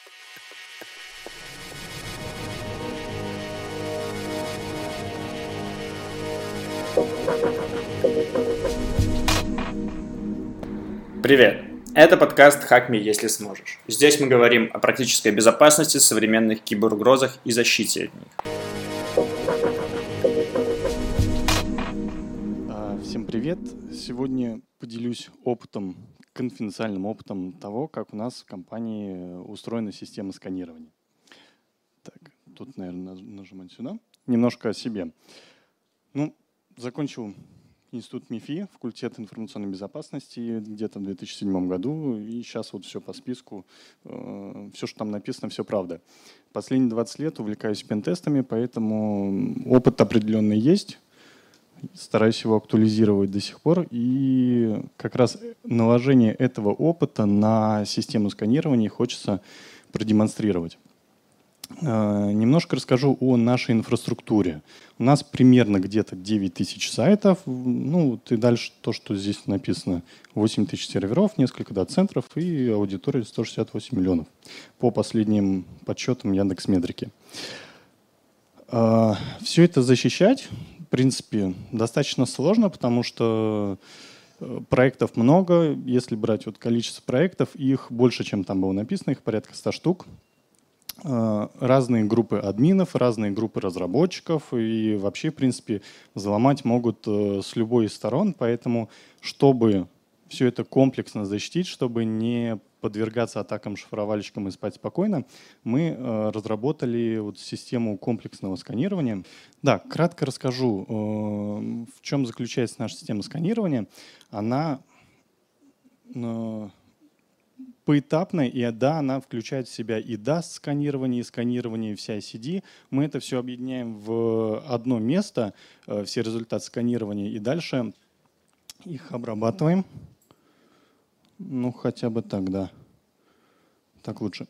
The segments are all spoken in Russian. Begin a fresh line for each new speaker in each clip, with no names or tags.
Привет! Это подкаст «Hack Me, если сможешь». Здесь мы говорим о практической безопасности, современных киберугрозах и защите от них.
Всем привет! Сегодня поделюсь конфиденциальным опытом того, как у нас в компании устроена система сканирования. Так, тут, наверное, нажимать сюда. Немножко о себе. Закончил институт МИФИ, факультет информационной безопасности где-то в 2007 году. И сейчас вот все по списку, все, что там написано, все правда. Последние 20 лет увлекаюсь пентестами, поэтому опыт определенный есть. Стараюсь его актуализировать до сих пор. И как раз наложение этого опыта на систему сканирования хочется продемонстрировать. Немножко расскажу о нашей инфраструктуре. У нас примерно где-то 9 тысяч сайтов. И дальше то, что здесь написано. 8 тысяч серверов, несколько дата-центров и аудитория 168 миллионов. По последним подсчетам Яндекс.Метрики. Все это защищать, в принципе, достаточно сложно, потому что проектов много. Если брать количество проектов, их больше, чем там было написано, их порядка 100 штук. Разные группы админов, разные группы разработчиков. И вообще, в принципе, взломать могут с любой из сторон. Поэтому, чтобы все это комплексно защитить, чтобы не подвергаться атакам шифровальщикам и спать спокойно, мы разработали систему комплексного сканирования. Да, кратко расскажу, в чем заключается наша система сканирования. Она поэтапная, и да, она включает в себя и DAST-сканирование, и сканирование в CI/CD. Мы это все объединяем в одно место, все результаты сканирования, и дальше их обрабатываем. Хотя бы так, да. Так лучше.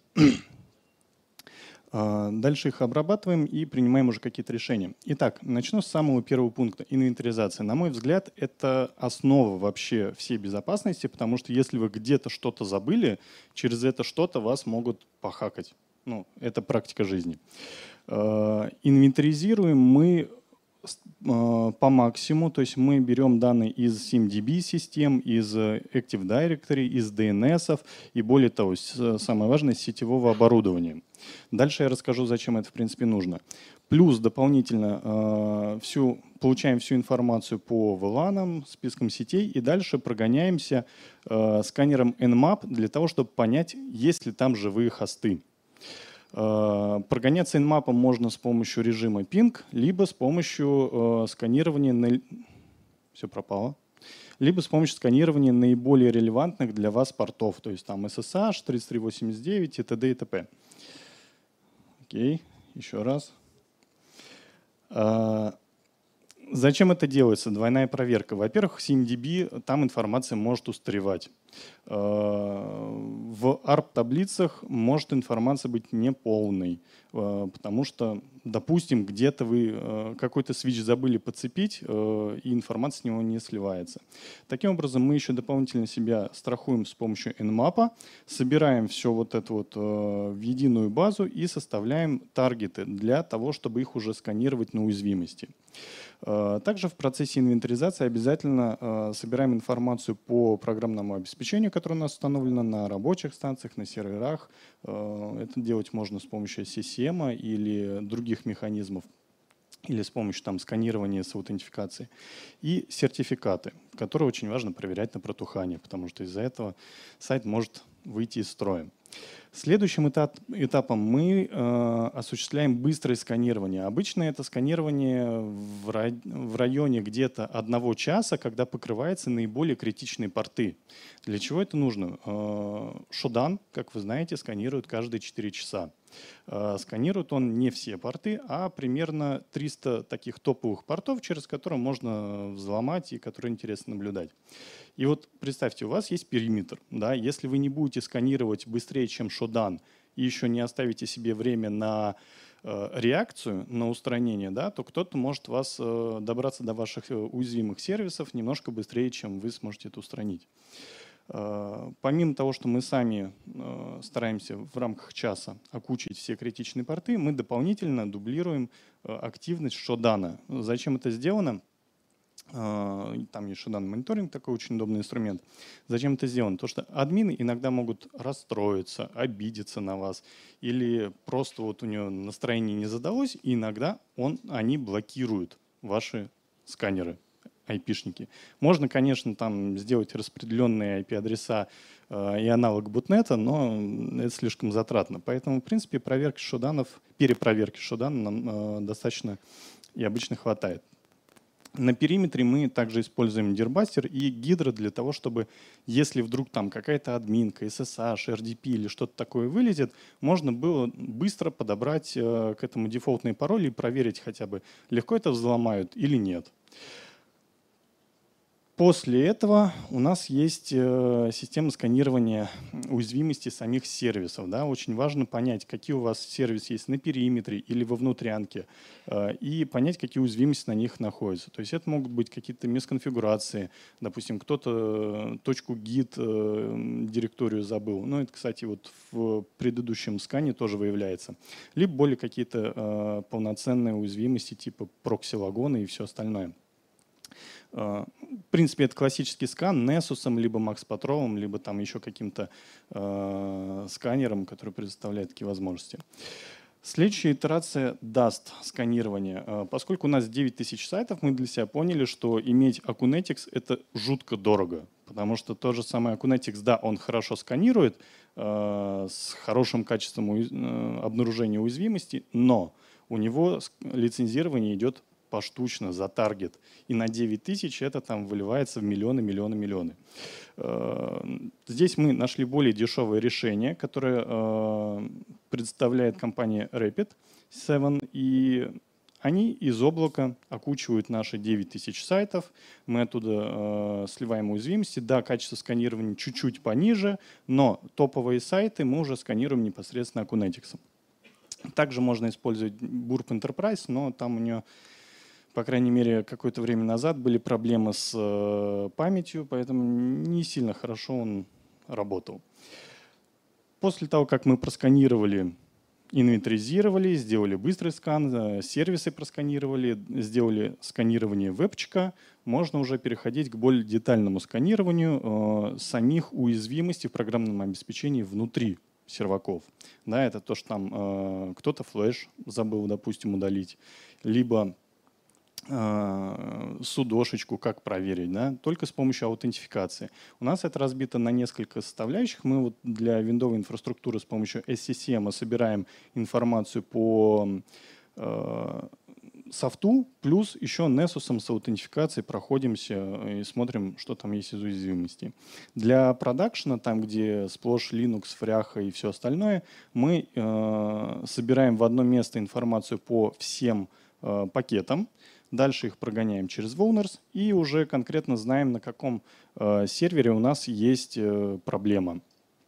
Дальше их обрабатываем и принимаем уже какие-то решения. Итак, начну с самого первого пункта. Инвентаризация. На мой взгляд, это основа вообще всей безопасности, потому что если вы где-то что-то забыли, через это что-то вас могут похакать. Это практика жизни. Инвентаризируем мы по максимуму, то есть мы берем данные из SIEM-DB систем, из Active Directory, из DNS и более того, самое важное, сетевого оборудования. Дальше я расскажу, зачем это в принципе нужно. Плюс дополнительно получаем всю информацию по VLAN, спискам сетей и дальше прогоняемся сканером Nmap для того, чтобы понять, есть ли там живые хосты. Прогоняться Nmap можно с помощью режима ping, либо с помощью сканирования все пропало, либо с помощью сканирования наиболее релевантных для вас портов, то есть там SSH, 3389 и т.д. и т.п. Окей, еще раз. Зачем это делается? Двойная проверка. Во-первых, в SIEM-DB там информация может устаревать. В ARP-таблицах может информация быть неполной, потому что, допустим, где-то вы какой-то свитч забыли подцепить, и информация с него не сливается. Таким образом, мы еще дополнительно себя страхуем с помощью Nmap, собираем все это в единую базу и составляем таргеты для того, чтобы их уже сканировать на уязвимости. Также в процессе инвентаризации обязательно собираем информацию по программному обеспечению, которое у нас установлено на рабочих станциях, на серверах. Это делать можно с помощью CCM или других механизмов, или с помощью сканирования с аутентификацией. И сертификаты, которые очень важно проверять на протухание, потому что из-за этого сайт может выйти из строя. Следующим этапом мы осуществляем быстрое сканирование. Обычно это сканирование в районе где-то 1 часа, когда покрываются наиболее критичные порты. Для чего это нужно? Shodan, как вы знаете, сканирует каждые 4 часа. Сканирует он не все порты, а примерно 300 таких топовых портов, через которые можно взломать и которые интересно наблюдать. И представьте, у вас есть периметр. Да? Если вы не будете сканировать быстрее, чем Shodan, и еще не оставите себе время на реакцию, на устранение, да, то кто-то может добраться до ваших уязвимых сервисов немножко быстрее, чем вы сможете это устранить. Помимо того, что мы сами стараемся в рамках часа окучить все критичные порты, мы дополнительно дублируем активность Shodan. Зачем это сделано? Там есть Shodan мониторинг, такой очень удобный инструмент. Зачем это сделано? То, что админы иногда могут расстроиться, обидеться на вас, или просто вот у него настроение не задалось, и иногда они блокируют ваши сканеры, IP-шники. Можно, конечно, там сделать распределенные IP-адреса и аналог ботнета, но это слишком затратно. Поэтому, в принципе, перепроверки Shodan нам достаточно и обычно хватает. На периметре мы также используем Dirbuster и Hydra для того, чтобы, если вдруг там какая-то админка, SSH, RDP или что-то такое вылезет, можно было быстро подобрать к этому дефолтные пароли и проверить хотя бы, легко это взломают или нет. После этого у нас есть система сканирования уязвимости самих сервисов. Да? Очень важно понять, какие у вас сервисы есть на периметре или во внутрянке, и понять, какие уязвимости на них находятся. То есть это могут быть какие-то мисконфигурации, допустим, кто-то точку git директорию забыл. Ну, это, кстати, вот в предыдущем скане тоже выявляется. Либо более какие-то полноценные уязвимости типа прокси-лагона и все остальное. В принципе, это классический скан Nessus, либо Max Patrol, либо там еще каким-то сканером, который предоставляет такие возможности. Следующая итерация Dust сканирование. Поскольку у нас 9000 сайтов, мы для себя поняли, что иметь Acunetics — это жутко дорого. Потому что тот же самый Acunetics, да, он хорошо сканирует, с хорошим качеством обнаружения уязвимости, но у него лицензирование идет поштучно, за таргет. И на 9000 это там выливается в миллионы. Здесь мы нашли более дешевое решение, которое представляет компания Rapid7. И они из облака окучивают наши 9000 сайтов. Мы оттуда сливаем уязвимости. Да, качество сканирования чуть-чуть пониже, но топовые сайты мы уже сканируем непосредственно Acunetics. Также можно использовать Burp Enterprise, но там у нее, по крайней мере, какое-то время назад были проблемы с памятью, поэтому не сильно хорошо он работал. После того, как мы просканировали, инвентаризировали, сделали быстрый скан, сервисы просканировали, сделали сканирование вебчика, можно уже переходить к более детальному сканированию самих уязвимостей в программном обеспечении внутри серваков. Да, это то, что там кто-то флеш забыл, допустим, удалить, либо судошечку как проверить, да? Только с помощью аутентификации. У нас это разбито на несколько составляющих. Мы вот для виндовой инфраструктуры с помощью SCCM собираем информацию по софту, плюс еще Nessus с аутентификацией проходимся и смотрим, что там есть из уязвимостей. Для продакшена, там где сплошь Linux, фряха и все остальное, мы собираем в одно место информацию по всем пакетам. Дальше их прогоняем через Vulners и уже конкретно знаем, на каком сервере у нас есть проблема.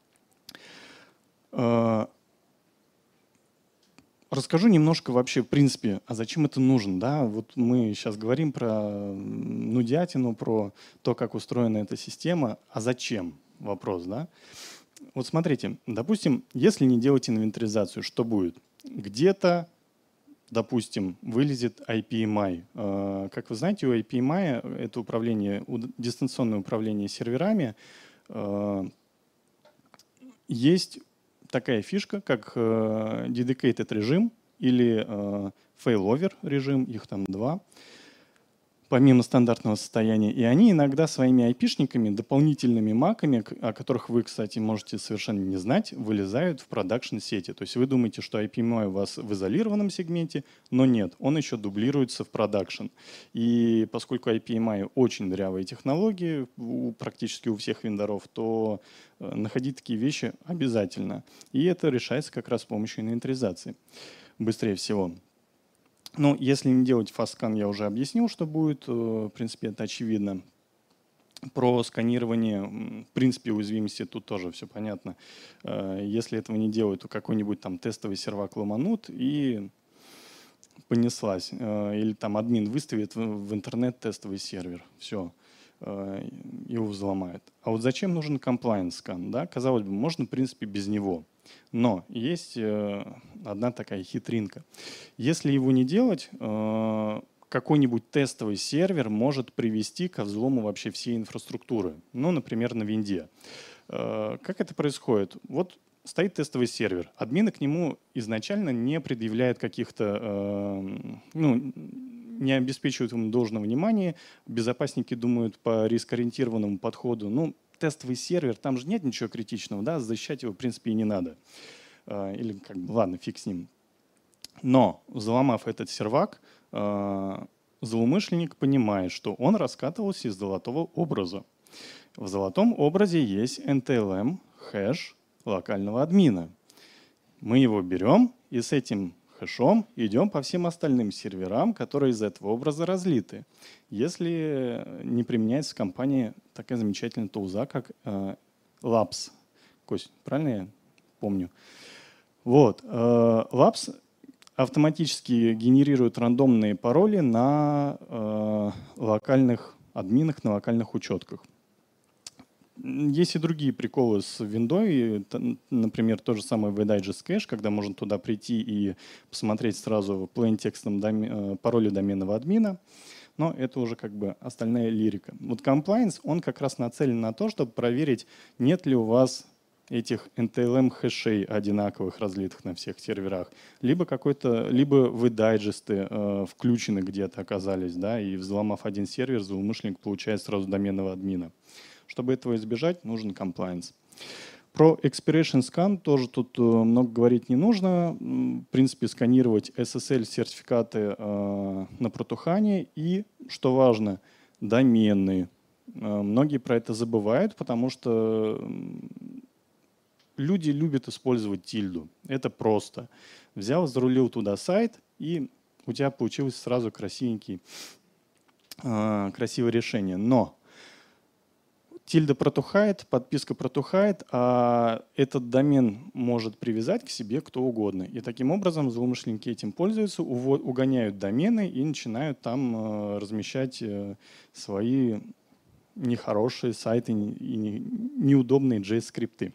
Расскажу немножко вообще, в принципе, а зачем это нужно. Да? Вот мы сейчас говорим про нудятину, про то, как устроена эта система. А зачем? Вопрос, да? Вот смотрите, допустим, если не делать инвентаризацию, что будет? Где-то, допустим, вылезет IPMI. Как вы знаете, у IPMI, это дистанционное управление серверами, есть такая фишка, как dedicated режим или failover режим, их там два, помимо стандартного состояния. И они иногда своими IP-шниками, дополнительными маками, о которых вы, кстати, можете совершенно не знать, вылезают в продакшн-сети. То есть вы думаете, что IPMI у вас в изолированном сегменте, но нет, он еще дублируется в продакшн. И поскольку IPMI очень дырявые технологии практически у всех вендоров, то находить такие вещи обязательно. И это решается как раз с помощью инвентаризации. Быстрее всего. Ну, если не делать фастскан, я уже объяснил, что будет. В принципе, это очевидно. Про сканирование, в принципе, уязвимости тут тоже все понятно. Если этого не делать, то какой-нибудь там тестовый сервак ломанут и понеслась. Или там админ выставит в интернет тестовый сервер. Все. его взломают. А вот зачем нужен compliance scan? Да? Казалось бы, можно, в принципе, без него. Но есть одна такая хитринка. Если его не делать, какой-нибудь тестовый сервер может привести ко взлому вообще всей инфраструктуры. Ну, например, на винде. Как это происходит? Вот стоит тестовый сервер. Админы к нему изначально не предъявляют каких-то, не обеспечивают ему должного внимания. Безопасники думают по рискоориентированному подходу. Ну, тестовый сервер, там же нет ничего критичного, да, защищать его, в принципе, и не надо. Или как бы, ладно, фиг с ним. Но, взломав этот сервак, злоумышленник понимает, что он раскатывался из золотого образа. В золотом образе есть NTLM, хэш локального админа. Мы его берем и с этим хэшом идем по всем остальным серверам, которые из этого образа разлиты. Если не применяется в компании такая замечательная тулза, как Labs. Кость, правильно я помню? Вот. Labs автоматически генерирует рандомные пароли на локальных админах, на локальных учетках. Есть и другие приколы с виндой, например, то же самое VDigest Cache, когда можно туда прийти и посмотреть сразу plain-текстом пароли доменного админа, но это уже как бы остальная лирика. Вот compliance, он как раз нацелен на то, чтобы проверить, нет ли у вас этих NTLM хэшей одинаковых, разлитых на всех серверах, либо вы дайджесты включены где-то оказались, да, и взломав один сервер, злоумышленник получает сразу доменного админа. Чтобы этого избежать, нужен compliance. Про expiration scan тоже тут много говорить не нужно. В принципе, сканировать SSL-сертификаты на протухане и, что важно, доменные. Многие про это забывают, потому что люди любят использовать тильду. Это просто. Взял, зарулил туда сайт, и у тебя получилось сразу красивое решение. Но тильда протухает, подписка протухает, а этот домен может привязать к себе кто угодно. И таким образом злоумышленники этим пользуются, угоняют домены и начинают там размещать свои нехорошие сайты и неудобные JS-скрипты.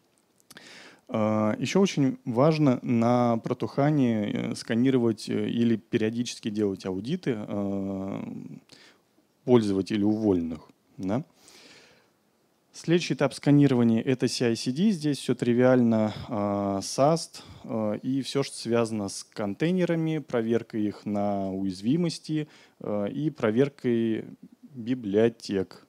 Еще очень важно на протухане сканировать или периодически делать аудиты пользователей уволенных. Да? Следующий этап сканирования — это CI/CD. Здесь все тривиально, SAST и все, что связано с контейнерами, проверкой их на уязвимости и проверкой библиотек.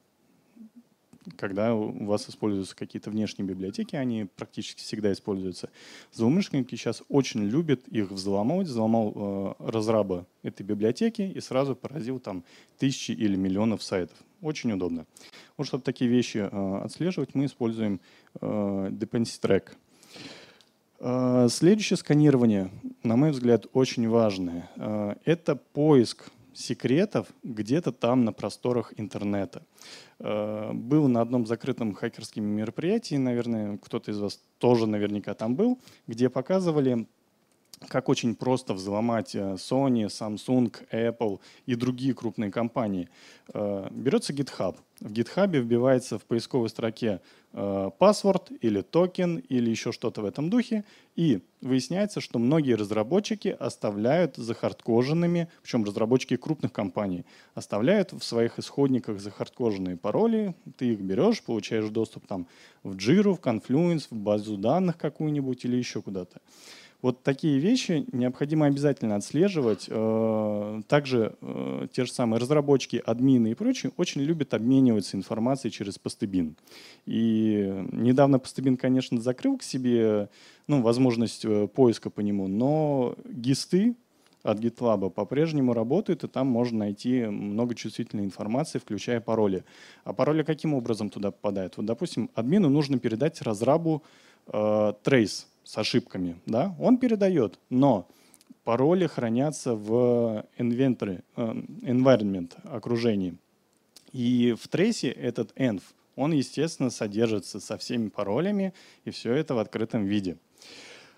Когда у вас используются какие-то внешние библиотеки, они практически всегда используются. Злоумышленники сейчас очень любят их взломать. Взломал разраба этой библиотеки и сразу поразил там тысячи или миллионов сайтов. Очень удобно. Вот чтобы такие вещи отслеживать, мы используем Dependency Track. Следующее сканирование, на мой взгляд, очень важное. Это поиск секретов где-то там на просторах интернета. Был на одном закрытом хакерском мероприятии, наверное, кто-то из вас тоже наверняка там был, где показывали, как очень просто взломать Sony, Samsung, Apple и другие крупные компании. Берется GitHub. В GitHub вбивается в поисковой строке password или токен или еще что-то в этом духе, и выясняется, что многие разработчики оставляют захардкоженными, причем разработчики крупных компаний, оставляют в своих исходниках захардкоженные пароли, ты их берешь, получаешь доступ там в Jira, в Confluence, в базу данных какую-нибудь или еще куда-то. Вот такие вещи необходимо обязательно отслеживать. Также те же самые разработчики, админы и прочие очень любят обмениваться информацией через Postebin. И недавно Postebin, конечно, закрыл к себе возможность поиска по нему, но гисты от GitLab по-прежнему работают, и там можно найти много чувствительной информации, включая пароли. А пароли каким образом туда попадают? Вот, допустим, админу нужно передать разрабу трейс с ошибками. Да? Он передает, но пароли хранятся в environment, окружении. И в трейсе этот env, он, естественно, содержится со всеми паролями, и все это в открытом виде.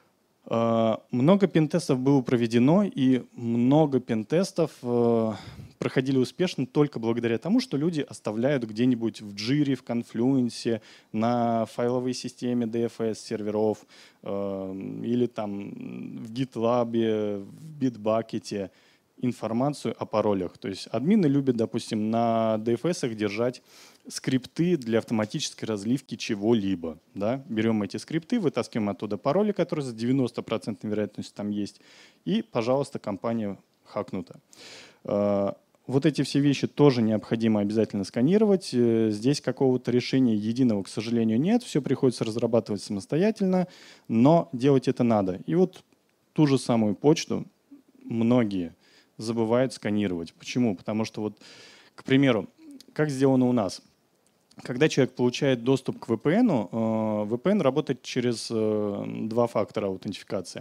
Много пентестов было проведено, и много пентестов проходили успешно только благодаря тому, что люди оставляют где-нибудь в Jira, в Confluence, на файловой системе DFS серверов или там в GitLab, в Bitbucket информацию о паролях. То есть админы любят, допустим, на DFS держать скрипты для автоматической разливки чего-либо. Да? Берем эти скрипты, вытаскиваем оттуда пароли, которые за 90% вероятностью там есть, и, пожалуйста, компания хакнута. Вот эти все вещи тоже необходимо обязательно сканировать. Здесь какого-то решения единого, к сожалению, нет. Все приходится разрабатывать самостоятельно, но делать это надо. И вот ту же самую почту многие забывают сканировать. Почему? Потому что, вот, к примеру, как сделано у нас? Когда человек получает доступ к VPN, VPN работает через два фактора аутентификации.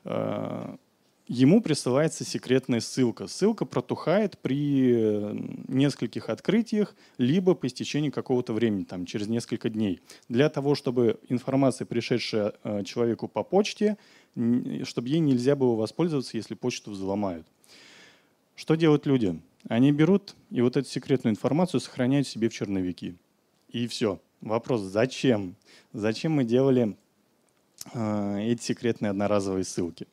Ему присылается секретная ссылка. Ссылка протухает при нескольких открытиях, либо по истечении какого-то времени, там, через несколько дней. Для того, чтобы информация, пришедшая человеку по почте, чтобы ей нельзя было воспользоваться, если почту взломают. Что делают люди? Они берут и вот эту секретную информацию сохраняют себе в черновики. И все. Вопрос, зачем? Зачем мы делали эти секретные одноразовые ссылки?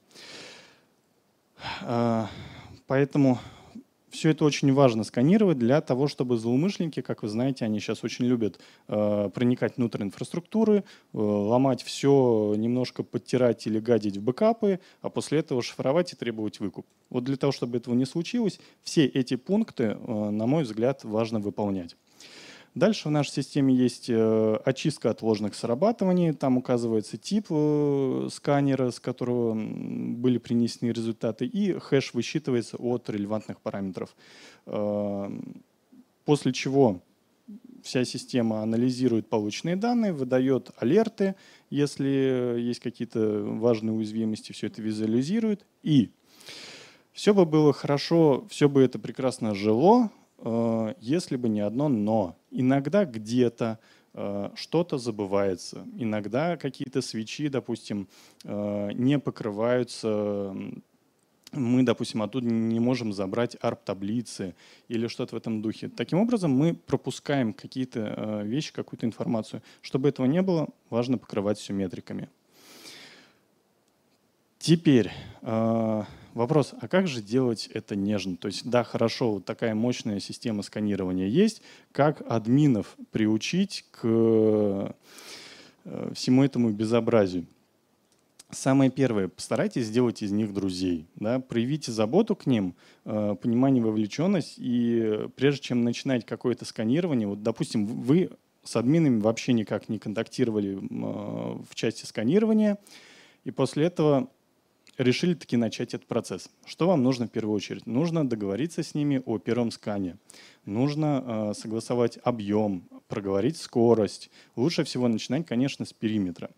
Поэтому все это очень важно сканировать для того, чтобы злоумышленники, как вы знаете, они сейчас очень любят проникать внутрь инфраструктуры, ломать все, немножко подтирать или гадить в бэкапы, а после этого шифровать и требовать выкуп. Вот для того, чтобы этого не случилось, все эти пункты, на мой взгляд, важно выполнять. Дальше в нашей системе есть очистка от ложных срабатываний. Там указывается тип сканера, с которого были принесены результаты, и хэш высчитывается от релевантных параметров. После чего вся система анализирует полученные данные, выдает алерты, если есть какие-то важные уязвимости, все это визуализирует. И все бы было хорошо, все бы это прекрасно жило, если бы не одно «но». Иногда где-то что-то забывается. Иногда какие-то свечи, допустим, не покрываются. Мы, допустим, оттуда не можем забрать ARP-таблицы или что-то в этом духе. Таким образом, мы пропускаем какие-то вещи, какую-то информацию. Чтобы этого не было, важно покрывать все метриками. Теперь вопрос, а как же делать это нежно? То есть, да, хорошо, вот такая мощная система сканирования есть. Как админов приучить к всему этому безобразию? Самое первое, постарайтесь сделать из них друзей. Да? Проявите заботу к ним, понимание, вовлеченность. И прежде чем начинать какое-то сканирование, вот, допустим, вы с админами вообще никак не контактировали в части сканирования, и после этого решили таки начать этот процесс. Что вам нужно в первую очередь? Нужно договориться с ними о первом скане. Нужно согласовать объем, проговорить скорость. Лучше всего начинать, конечно, с периметра.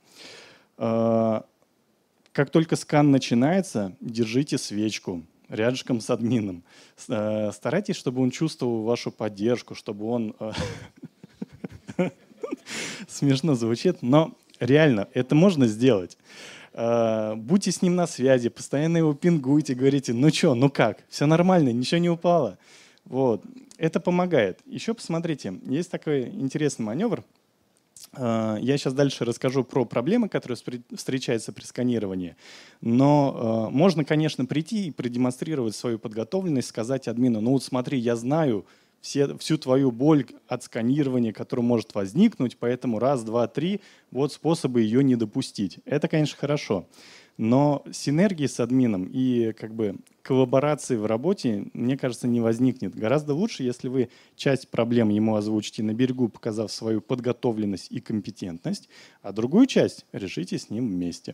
Как только скан начинается, держите свечку рядышком с админом. Старайтесь, чтобы он чувствовал вашу поддержку, чтобы он... Смешно звучит, но реально это можно сделать. Будьте с ним на связи, постоянно его пингуйте, говорите, ну что, ну как, все нормально, ничего не упало. Вот. Это помогает. Еще посмотрите, есть такой интересный маневр. Я сейчас дальше расскажу про проблемы, которые встречаются при сканировании. Но можно, конечно, прийти и продемонстрировать свою подготовленность, сказать админу, ну вот смотри, я знаю всю твою боль от сканирования, которая может возникнуть, поэтому раз, два, три, вот способы ее не допустить. Это, конечно, хорошо. Но синергии с админом и как бы коллаборации в работе, мне кажется, не возникнет. Гораздо лучше, если вы часть проблем ему озвучите на берегу, показав свою подготовленность и компетентность, а другую часть решите с ним вместе.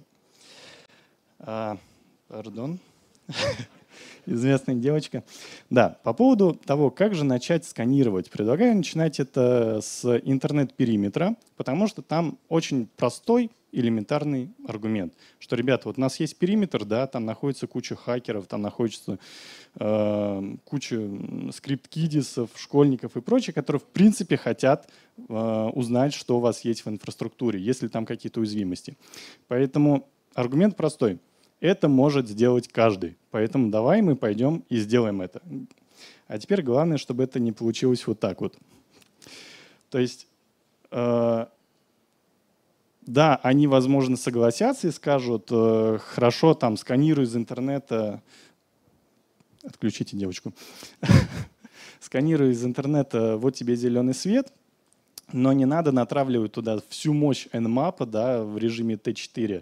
Пардон. Известная девочка. Да, по поводу того, как же начать сканировать. Предлагаю начинать это с интернет-периметра, потому что там очень простой, элементарный аргумент, что, ребята, вот у нас есть периметр, да, там находится куча хакеров, там находится куча скрипт-кидисов, школьников и прочее, которые, в принципе, хотят узнать, что у вас есть в инфраструктуре, есть ли там какие-то уязвимости. Поэтому аргумент простой. Это может сделать каждый. Поэтому давай мы пойдем и сделаем это. А теперь главное, чтобы это не получилось вот так вот. То есть, да, они, возможно, согласятся и скажут, хорошо, там, сканируй из интернета. Отключите девочку. Сканируй из интернета, вот тебе зеленый свет. Но не надо натравливать туда всю мощь Nmap, да, в режиме T4.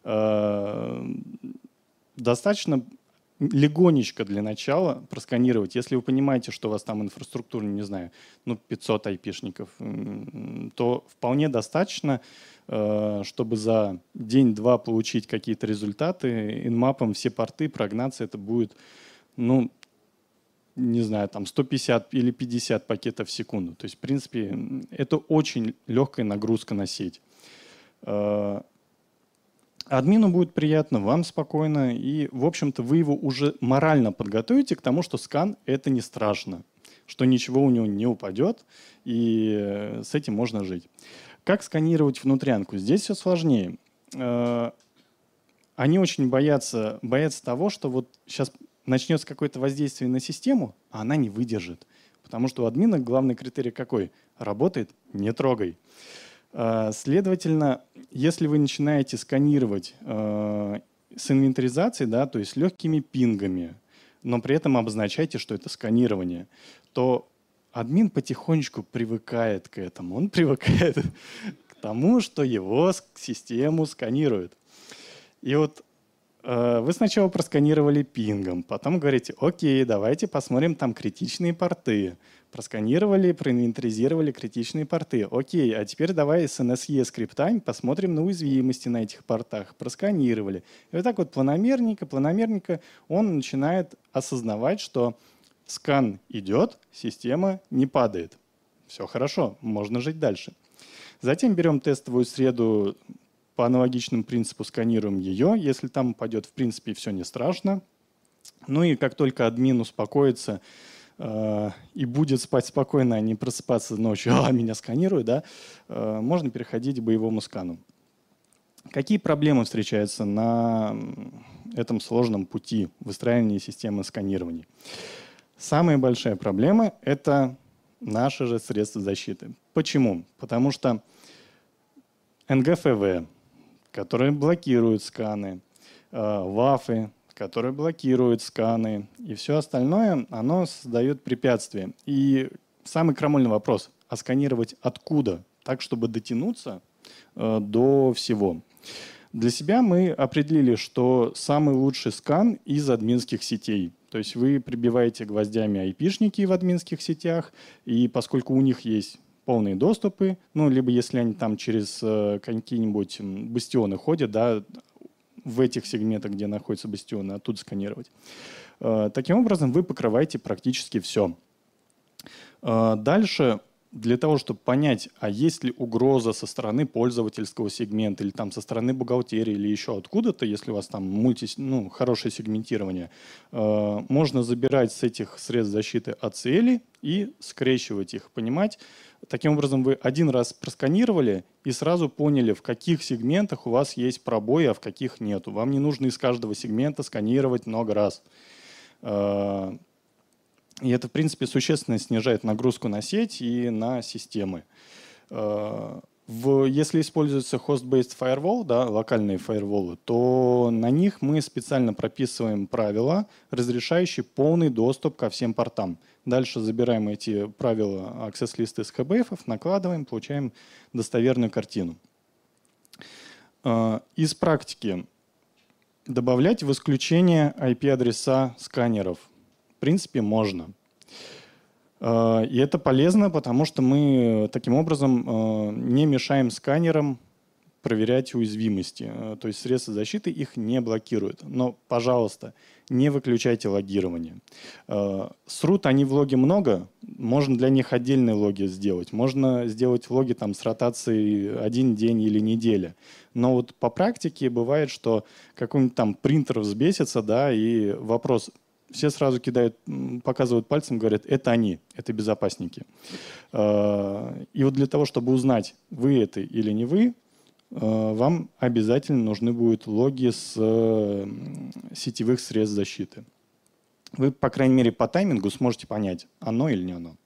Достаточно легонечко для начала просканировать. Если вы понимаете, что у вас там инфраструктура, не знаю, 500 айпишников, то вполне достаточно, чтобы за день-два получить какие-то результаты. Nmap все порты прогнаться, это будет, не знаю, там 150 или 50 пакетов в секунду. То есть, в принципе, это очень легкая нагрузка на сеть. Админу будет приятно, вам спокойно, и, в общем-то, вы его уже морально подготовите к тому, что скан — это не страшно, что ничего у него не упадет, и с этим можно жить. Как сканировать внутрянку? Здесь все сложнее. Они очень боятся того, что вот сейчас начнется какое-то воздействие на систему, а она не выдержит. Потому что у админа главный критерий какой? Работает — не трогай. Следовательно, если вы начинаете сканировать с инвентаризацией, да, то есть с легкими пингами, но при этом обозначайте, что это сканирование, то админ потихонечку привыкает к этому. Он привыкает к тому, что его систему сканируют. И вот вы сначала просканировали пингом, потом говорите, окей, давайте посмотрим там критичные порты. Просканировали, проинвентаризировали критичные порты. Окей, а теперь давай с NSE скриптами посмотрим на уязвимости на этих портах. Просканировали. И вот так вот планомерненько он начинает осознавать, что скан идет, система не падает. Все хорошо, можно жить дальше. Затем берем тестовую среду, по аналогичному принципу сканируем ее. Если там упадет, в принципе, все не страшно. Ну и как только админ успокоится и будет спать спокойно, а не просыпаться ночью, меня сканируют, да, можно переходить к боевому скану. Какие проблемы встречаются на этом сложном пути выстраивания системы сканирования? Самая большая проблема — это наши же средства защиты. Почему? Потому что НГФВ, которые блокируют сканы, ВАФы, которые блокируют сканы, и все остальное, оно создает препятствия. И самый крамольный вопрос: а сканировать откуда? Так, чтобы дотянуться до всего. Для себя мы определили, что самый лучший скан из админских сетей. То есть вы прибиваете гвоздями айпишники в админских сетях, и поскольку у них есть полные доступы, либо если они там через какие-нибудь бастионы ходят, да, в этих сегментах, где находятся бастионы, оттуда сканировать. Таким образом, вы покрываете практически все. Дальше, для того, чтобы понять, а есть ли угроза со стороны пользовательского сегмента, или там со стороны бухгалтерии, или еще откуда-то, если у вас там хорошее сегментирование, можно забирать с этих средств защиты ACL и скрещивать их, понимать. Таким образом, вы один раз просканировали и сразу поняли, в каких сегментах у вас есть пробои, а в каких нету. Вам не нужно из каждого сегмента сканировать много раз. И это, в принципе, существенно снижает нагрузку на сеть и на системы. Если используется host-based firewall, да, локальные фаерволы, то на них мы специально прописываем правила, разрешающие полный доступ ко всем портам. Дальше забираем эти правила, аксесс-листы с ХБФ, накладываем, получаем достоверную картину. Из практики добавлять в исключение IP-адреса сканеров. В принципе, можно. И это полезно, потому что мы таким образом не мешаем сканерам проверять уязвимости. То есть средства защиты их не блокируют. Но, пожалуйста, не выключайте логирование. Срут они в логе много, можно для них отдельные логи сделать. Можно сделать логи там с ротацией 1 день или неделя. Но вот по практике бывает, что какой-нибудь там принтер взбесится, да, и вопрос... Все сразу кидают, показывают пальцем, говорят, это они, это безопасники. И вот для того, чтобы узнать, вы это или не вы, вам обязательно нужны будут логи с сетевых средств защиты. Вы, по крайней мере, по таймингу сможете понять, оно или не оно.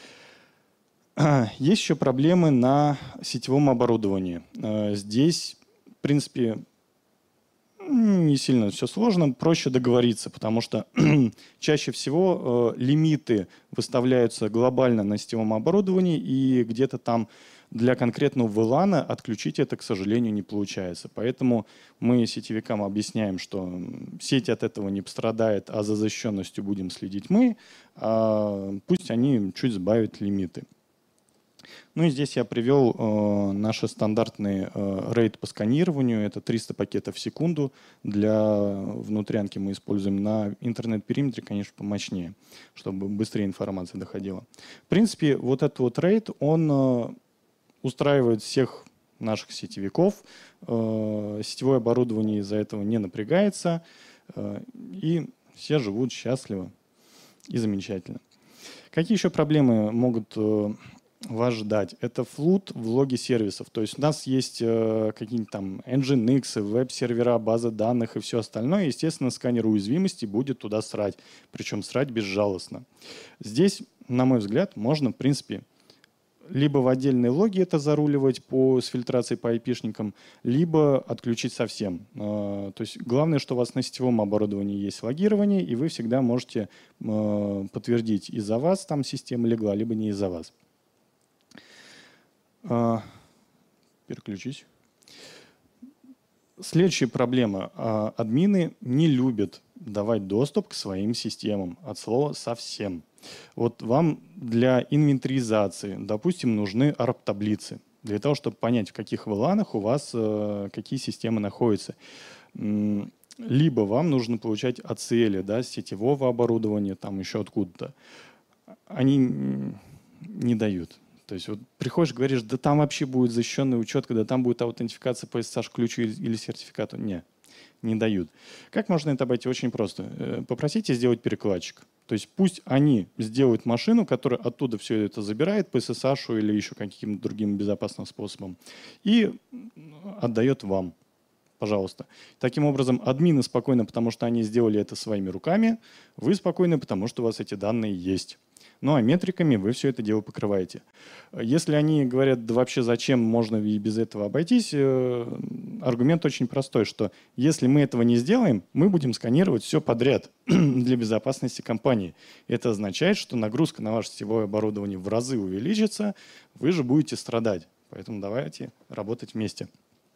Есть еще проблемы на сетевом оборудовании. Здесь, в принципе, не сильно все сложно, проще договориться, потому что чаще всего лимиты выставляются глобально на сетевом оборудовании, и где-то там для конкретного VLAN отключить это, к сожалению, не получается. Поэтому мы сетевикам объясняем, что сеть от этого не пострадает, а за защищенностью будем следить мы, пусть они чуть сбавят лимиты. Ну и здесь я привел наши стандартные рейд по сканированию. Это 300 пакетов в секунду. Для внутрянки мы используем на интернет-периметре, конечно, помощнее, чтобы быстрее информация доходила. В принципе, вот этот вот рейд, он устраивает всех наших сетевиков. Сетевое оборудование из-за этого не напрягается. И все живут счастливо и замечательно. Какие еще проблемы могут вас ждать? Это флут в логе сервисов. То есть у нас есть какие-нибудь там Nginx, веб-сервера, база данных и все остальное. Естественно, сканер уязвимости будет туда срать. Причем срать безжалостно. Здесь, на мой взгляд, можно, в принципе, либо в отдельные логи это заруливать с фильтрацией по IP-шникам, либо отключить совсем. То есть главное, что у вас на сетевом оборудовании есть логирование, и вы всегда можете подтвердить, из-за вас там система легла, либо не из-за вас. Переключись. Следующая проблема. Админы не любят давать доступ к своим системам. От слова совсем. Вот вам для инвентаризации, допустим, нужны ARP-таблицы. Для того, чтобы понять, в каких VLAN у вас какие системы находятся. Либо вам нужно получать ACL, да, с сетевого оборудования, там еще откуда-то. Они не дают. То есть вот приходишь, говоришь, да там вообще будет защищенный учет, когда там будет аутентификация по SSH-ключу или сертификату. Не дают. Как можно это обойти? Очень просто. Попросите сделать перекладчик. То есть пусть они сделают машину, которая оттуда все это забирает по SSH или еще каким-то другим безопасным способом и отдает вам. Пожалуйста. Таким образом, админы спокойны, потому что они сделали это своими руками. Вы спокойны, потому что у вас эти данные есть. Ну а метриками вы все это дело покрываете. Если они говорят, да вообще зачем, можно и без этого обойтись, аргумент очень простой, что если мы этого не сделаем, мы будем сканировать все подряд для безопасности компании. Это означает, что нагрузка на ваше сетевое оборудование в разы увеличится, вы же будете страдать. Поэтому давайте работать вместе.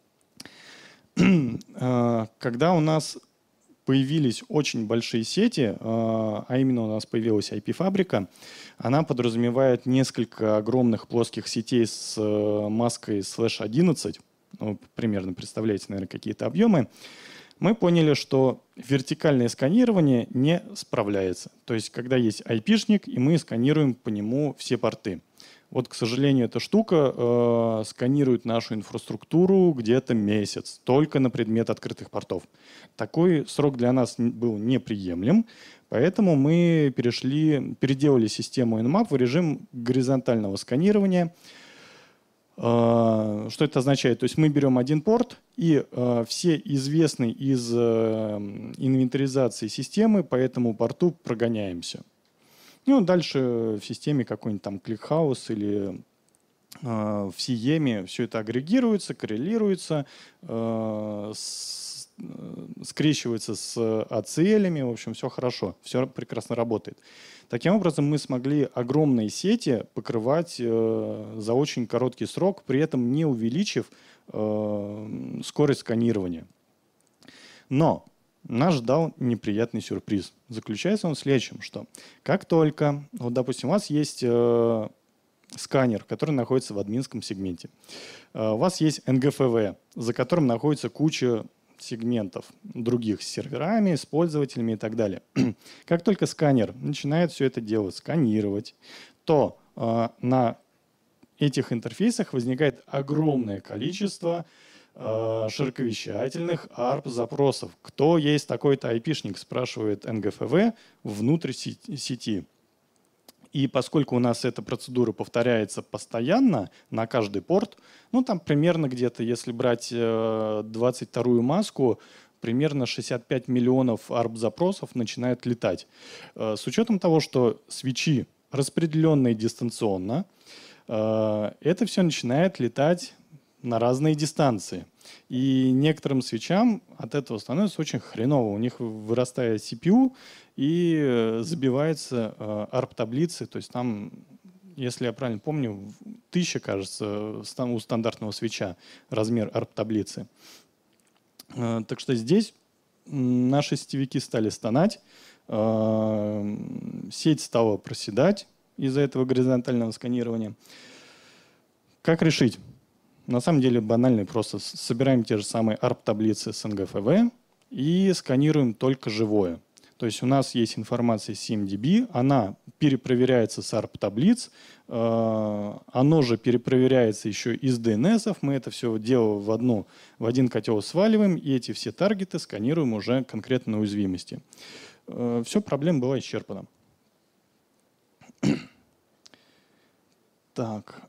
Когда у нас появились очень большие сети, а именно у нас появилась IP-фабрика, она подразумевает несколько огромных плоских сетей с маской /11, ну, примерно представляете, наверное, какие-то объемы. Мы поняли, что вертикальное сканирование не справляется. То есть, когда есть IP-шник, и мы сканируем по нему все порты. Вот, к сожалению, эта штука сканирует нашу инфраструктуру где-то месяц, только на предмет открытых портов. Такой срок для нас был неприемлем, поэтому мы переделали систему Nmap в режим горизонтального сканирования. Что это означает? То есть мы берем один порт и все известные из инвентаризации системы по этому порту прогоняемся. Ну, дальше в системе какой-нибудь там ClickHouse или в SIEM все это агрегируется, коррелируется, скрещивается с ACL-ами, в общем, все хорошо, все прекрасно работает. Таким образом, мы смогли огромные сети покрывать за очень короткий срок, при этом не увеличив скорость сканирования. Но нас ждал неприятный сюрприз. Заключается он в следующем, что как только, вот, допустим, у вас есть сканер, который находится в админском сегменте, у вас есть NGFW, за которым находится куча сегментов других с серверами, с пользователями и так далее. Как только сканер начинает все это дело сканировать, то на этих интерфейсах возникает огромное количество широковещательных ARP-запросов. Кто есть такой-то IP-шник, спрашивает NGFW внутрь сети. И поскольку у нас эта процедура повторяется постоянно на каждый порт, ну там примерно где-то, если брать 22-ю маску, примерно 65 миллионов ARP-запросов начинает летать. С учетом того, что свечи распределенные дистанционно, это все начинает летать на разные дистанции. И некоторым свечам от этого становится очень хреново. У них вырастает CPU и забивается ARP-таблицы. То есть там, если я правильно помню, 1000, кажется, у стандартного свеча размер ARP-таблицы. Так что здесь наши сетевики стали стонать, сеть стала проседать из-за этого горизонтального сканирования. Как решить? На самом деле банально и просто. Собираем те же самые ARP-таблицы с NGFW и сканируем только живое. То есть у нас есть информация с CMDB, она перепроверяется с ARP-таблиц, оно же перепроверяется еще из DNS. Мы это все дело в один котел сваливаем, и эти все таргеты сканируем уже конкретно на уязвимости. Все, проблема была исчерпана. Так,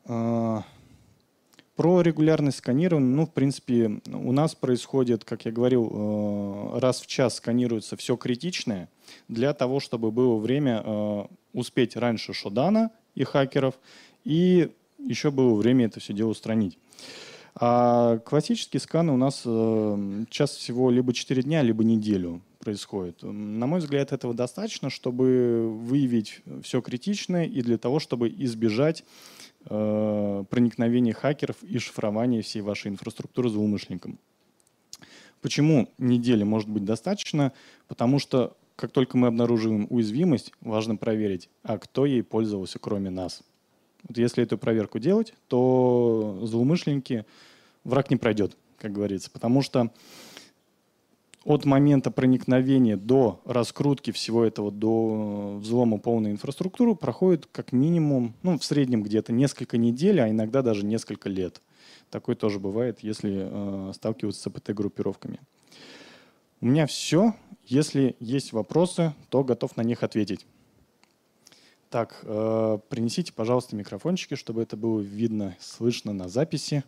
про регулярность сканирования, ну, в принципе, у нас происходит, как я говорил, раз в час сканируется все критичное для того, чтобы было время успеть раньше шотдауна и хакеров, и еще было время это все дело устранить. А классические сканы у нас час всего либо 4 дня, либо неделю происходит. На мой взгляд, этого достаточно, чтобы выявить все критичное и для того, чтобы избежать проникновения хакеров и шифрования всей вашей инфраструктуры злоумышленникам. Почему недели может быть достаточно? Потому что как только мы обнаруживаем уязвимость, важно проверить, а кто ей пользовался, кроме нас. Вот если эту проверку делать, то злоумышленники, враг не пройдет, как говорится. Потому что от момента проникновения до раскрутки всего этого, до взлома полной инфраструктуры проходит как минимум, ну, в среднем где-то несколько недель, а иногда даже несколько лет. Такое тоже бывает, если сталкиваться с АПТ-группировками. У меня все. Если есть вопросы, то готов на них ответить. Так, принесите, пожалуйста, микрофончики, чтобы это было видно, слышно на записи.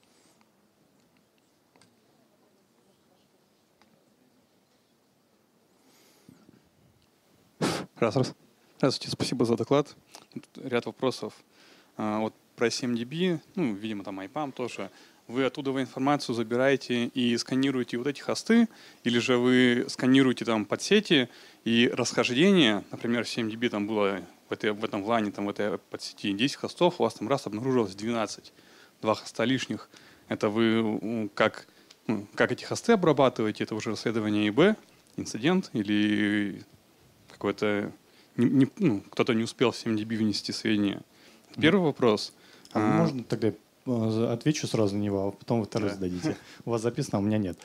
Здравствуйте, спасибо за доклад. Ряд вопросов. Вот про CMDB, ну, видимо, там IPAM тоже. Вы оттуда информацию забираете и сканируете вот эти хосты, или же вы сканируете там подсети и расхождение, например, в CMDB там было в этом лане, там в этой подсети 10 хостов, у вас там раз обнаружилось 12, 2 хоста лишних. Это вы как эти хосты обрабатываете? Это уже расследование ИБ, инцидент или какой-то кто-то не успел в CMDB внести сведения. Первый вопрос.
Можно тогда отвечу сразу на него, а потом вы второй зададите. У вас записано, а у меня нет.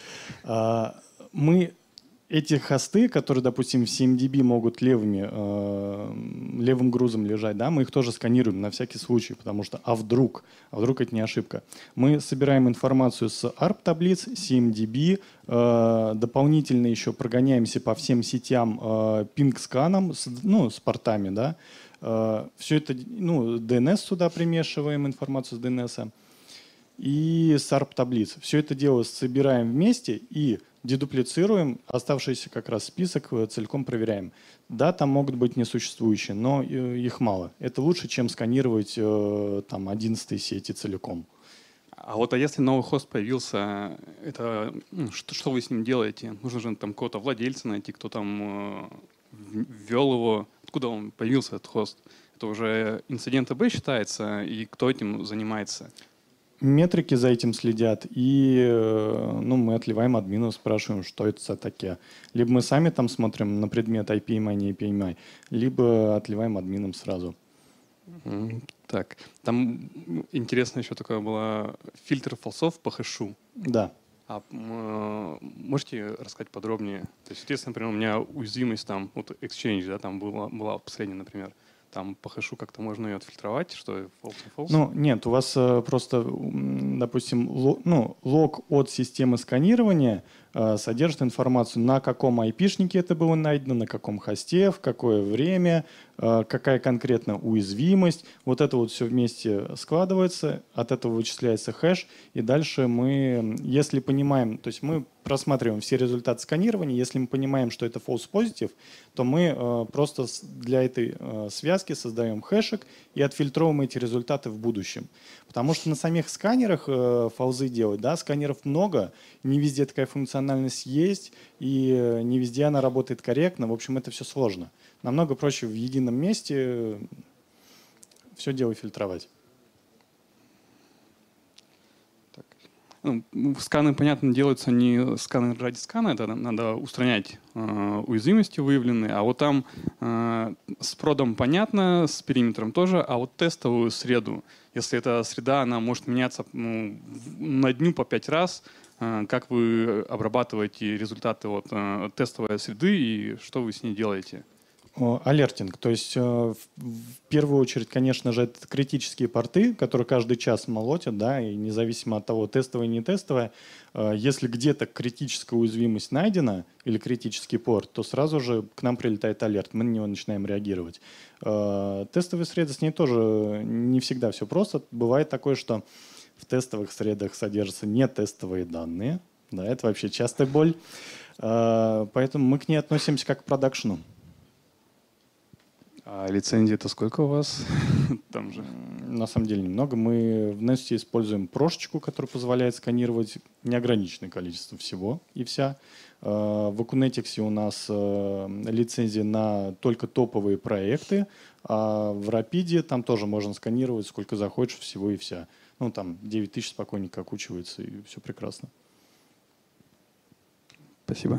Мы эти хосты, которые, допустим, в CMDB могут левым грузом лежать, да, мы их тоже сканируем на всякий случай, потому что а вдруг это не ошибка. Мы собираем информацию с ARP-таблиц, CMDB, дополнительно еще прогоняемся по всем сетям пинг-сканом, с портами, да. Все это, DNS сюда примешиваем, информацию с DNS, и с ARP-таблиц. Все это дело собираем вместе и дедуплицируем, оставшийся как раз список целиком проверяем. Да, там могут быть несуществующие, но их мало. Это лучше, чем сканировать там 11-й сети целиком.
А если новый хост появился, это что вы с ним делаете? Нужно же там какого-то владельца найти, кто там ввел его. Откуда он появился, этот хост? Это уже инцидент АБ считается, и кто этим занимается?
Метрики за этим следят, и мы отливаем админов, спрашиваем, что это за такие. Либо мы сами там смотрим на предмет IPMI, не IPMI, либо отливаем админам сразу.
Так, там интересно еще такое было фильтр фалсов по хэшу.
Да.
А можете рассказать подробнее? То есть, если, например, у меня уязвимость там, вот Exchange, да, там была последняя, например, там по хэшу как-то можно ее отфильтровать, что false не false?
Нет, у вас просто, допустим, лог от системы сканирования содержит информацию, на каком айпишнике это было найдено, на каком хосте, в какое время, какая конкретно уязвимость. Вот это вот все вместе складывается, от этого вычисляется хэш, и дальше мы, если понимаем, то есть мы просматриваем все результаты сканирования, если мы понимаем, что это false positive, то мы просто для этой связки создаем хэшек и отфильтровываем эти результаты в будущем. Потому что на самих сканерах фалзы делать, да, сканеров много, не везде такая функциональность есть, и не везде она работает корректно. В общем, это все сложно. Намного проще в едином месте все дело фильтровать.
Ну, сканы, понятно, делаются не сканы ради скана, это надо устранять уязвимости выявленные, а вот там с продом понятно, с периметром тоже, а вот тестовую среду, если эта среда, она может меняться на дню по 5 раз, как вы обрабатываете результаты вот, тестовой среды и что вы с ней делаете?
Алертинг. То есть в первую очередь, конечно же, это критические порты, которые каждый час молотят, да, и независимо от того, тестовая, не тестовая, если где-то критическая уязвимость найдена или критический порт, то сразу же к нам прилетает алерт, мы на него начинаем реагировать. Тестовые среды, с ней тоже не всегда все просто. Бывает такое, что в тестовых средах содержатся нетестовые данные, да, это вообще частая боль, поэтому мы к ней относимся как к продакшену.
А лицензии это сколько у вас? Там же.
На самом деле немного. Мы в Nest используем прошечку, которая позволяет сканировать неограниченное количество всего и вся. В Acunetics у нас лицензия на только топовые проекты, а в Rapid там тоже можно сканировать сколько захочешь всего и вся. Ну там 9000 спокойненько окучивается и все прекрасно.
Спасибо.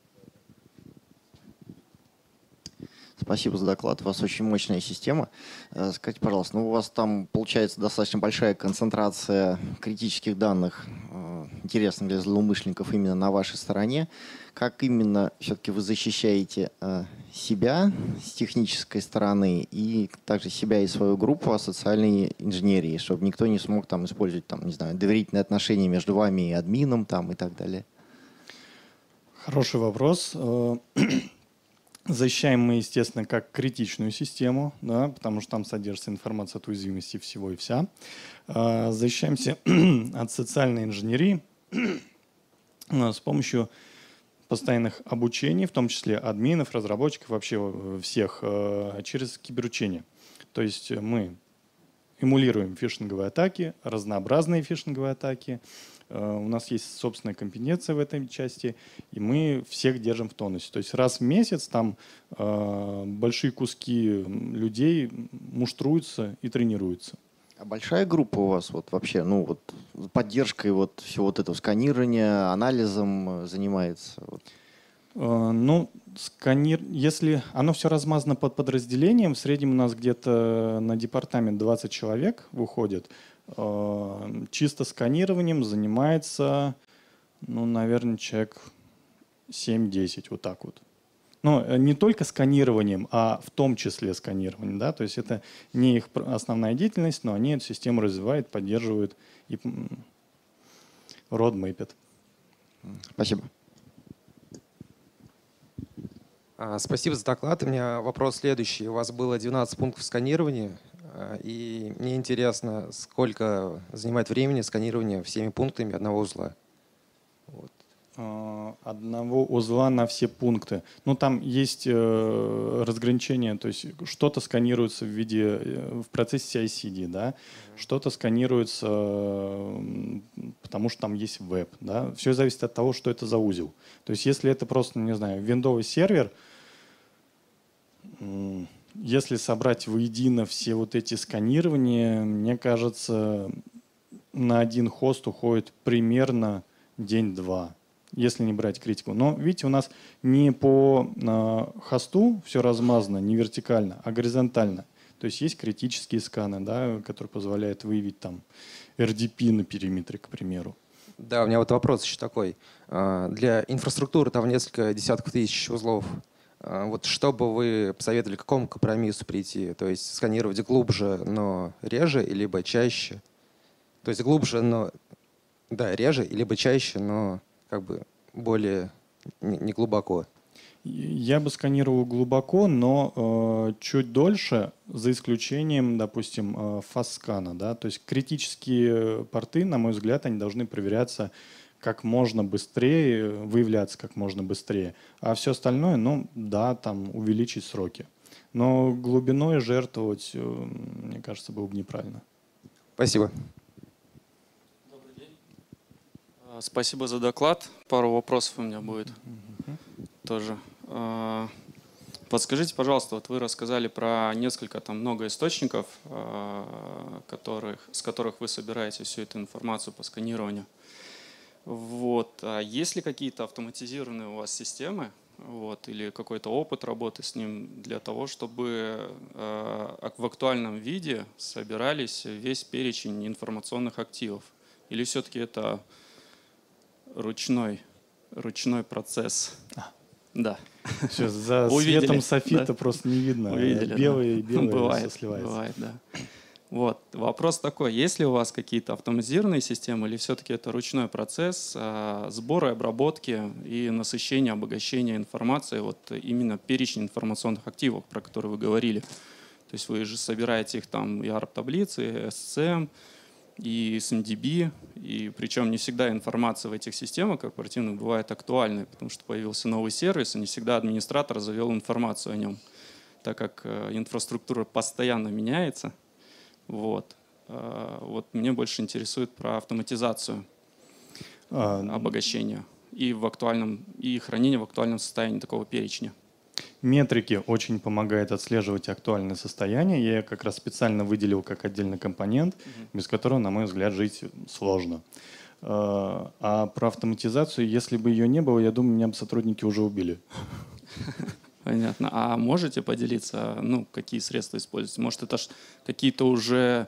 Спасибо за доклад. У вас очень мощная система. Скажите, пожалуйста, ну у вас там получается достаточно большая концентрация критических данных, интересных для злоумышленников именно на вашей стороне. Как именно все-таки вы защищаете себя с технической стороны и также себя и свою группу от социальной инженерии, чтобы никто не смог там использовать, там, не знаю, доверительные отношения между вами и админом там, и так далее?
Хороший вопрос. Защищаем мы, естественно, как критичную систему, да, потому что там содержится информация от уязвимости всего и вся. Защищаемся от социальной инженерии с помощью постоянных обучений, в том числе админов, разработчиков, вообще всех, через киберучение. То есть мы эмулируем фишинговые атаки, разнообразные фишинговые атаки. У нас есть собственная компетенция в этой части, и мы всех держим в тонусе. То есть раз в месяц там большие куски людей муштруются и тренируются.
А большая группа у вас вот вообще, ну вот поддержкой вот всего вот этого сканирования, анализом занимается?
Ну, если оно все размазано под подразделением, в среднем у нас где-то на департамент 20 человек выходит. Чисто сканированием занимается, ну, наверное, человек 7-10, вот так вот. Но не только сканированием, а в том числе сканированием, да, то есть это не их основная деятельность, но они эту систему развивают, поддерживают и родмэпят.
Спасибо.
Спасибо за доклад. У меня вопрос следующий. У вас было 12 пунктов сканирования, и мне интересно, сколько занимает времени сканирование всеми пунктами одного узла? Вот.
Одного узла на все пункты. Ну, там есть разграничение, то есть что-то сканируется в процессе CI/CD, да, что-то сканируется, потому что там есть веб, да. Все зависит от того, что это за узел. То есть если это просто, не знаю, виндовый сервер, если собрать воедино все вот эти сканирования, мне кажется, на один хост уходит примерно день-два, если не брать критику. Но видите, у нас не по хосту все размазано, не вертикально, а горизонтально. То есть есть критические сканы, да, которые позволяют выявить там RDP на периметре, к примеру.
Да, у меня вот вопрос еще такой. Для инфраструктуры там несколько десятков тысяч узлов. Вот что бы вы посоветовали, к какому компромиссу прийти? То есть сканировать глубже, но реже, либо чаще? То есть глубже, но да, реже, либо чаще, но как бы более не глубоко?
Я бы сканировал глубоко, но чуть дольше, за исключением, допустим, фастскана. Да? То есть критические порты, на мой взгляд, они должны проверяться как можно быстрее, выявляться как можно быстрее. А все остальное, ну да, там увеличить сроки. Но глубиной жертвовать, мне кажется, было бы неправильно.
Спасибо.
Добрый день. Спасибо за доклад. Пару вопросов у меня будет тоже. Подскажите, пожалуйста, вот вы рассказали про несколько, там много источников, с которых вы собираете всю эту информацию по сканированию. Вот. А есть ли какие-то автоматизированные у вас системы, вот, или какой-то опыт работы с ним для того, чтобы в актуальном виде собирались весь перечень информационных активов? Или все-таки это ручной процесс? Да.
Все, за
Увидели,
светом софита
да?
просто не видно.
Увидели,
Белые и
да.
белые
Бывает,
все сливается.
бывает, да. Вот. Вопрос такой, есть ли у вас какие-то автоматизированные системы или все-таки это ручной процесс сбора, обработки и насыщения, обогащения информации, вот именно перечень информационных активов, про которые вы говорили. То есть вы же собираете их там и ARP-таблицы, и SCM, и SMDB, и причем не всегда информация в этих системах корпоративных бывает актуальной, потому что появился новый сервис, и не всегда администратор завел информацию о нем, так как инфраструктура постоянно меняется. Вот. Вот мне больше интересует про автоматизацию обогащения и хранение в актуальном состоянии такого перечня.
Метрики очень помогают отслеживать актуальное состояние. Я как раз специально выделил как отдельный компонент, без которого, на мой взгляд, жить сложно. А про автоматизацию, если бы ее не было, я думаю, меня бы сотрудники уже убили.
Понятно. А можете поделиться, ну, какие средства используете? Может, это какие-то уже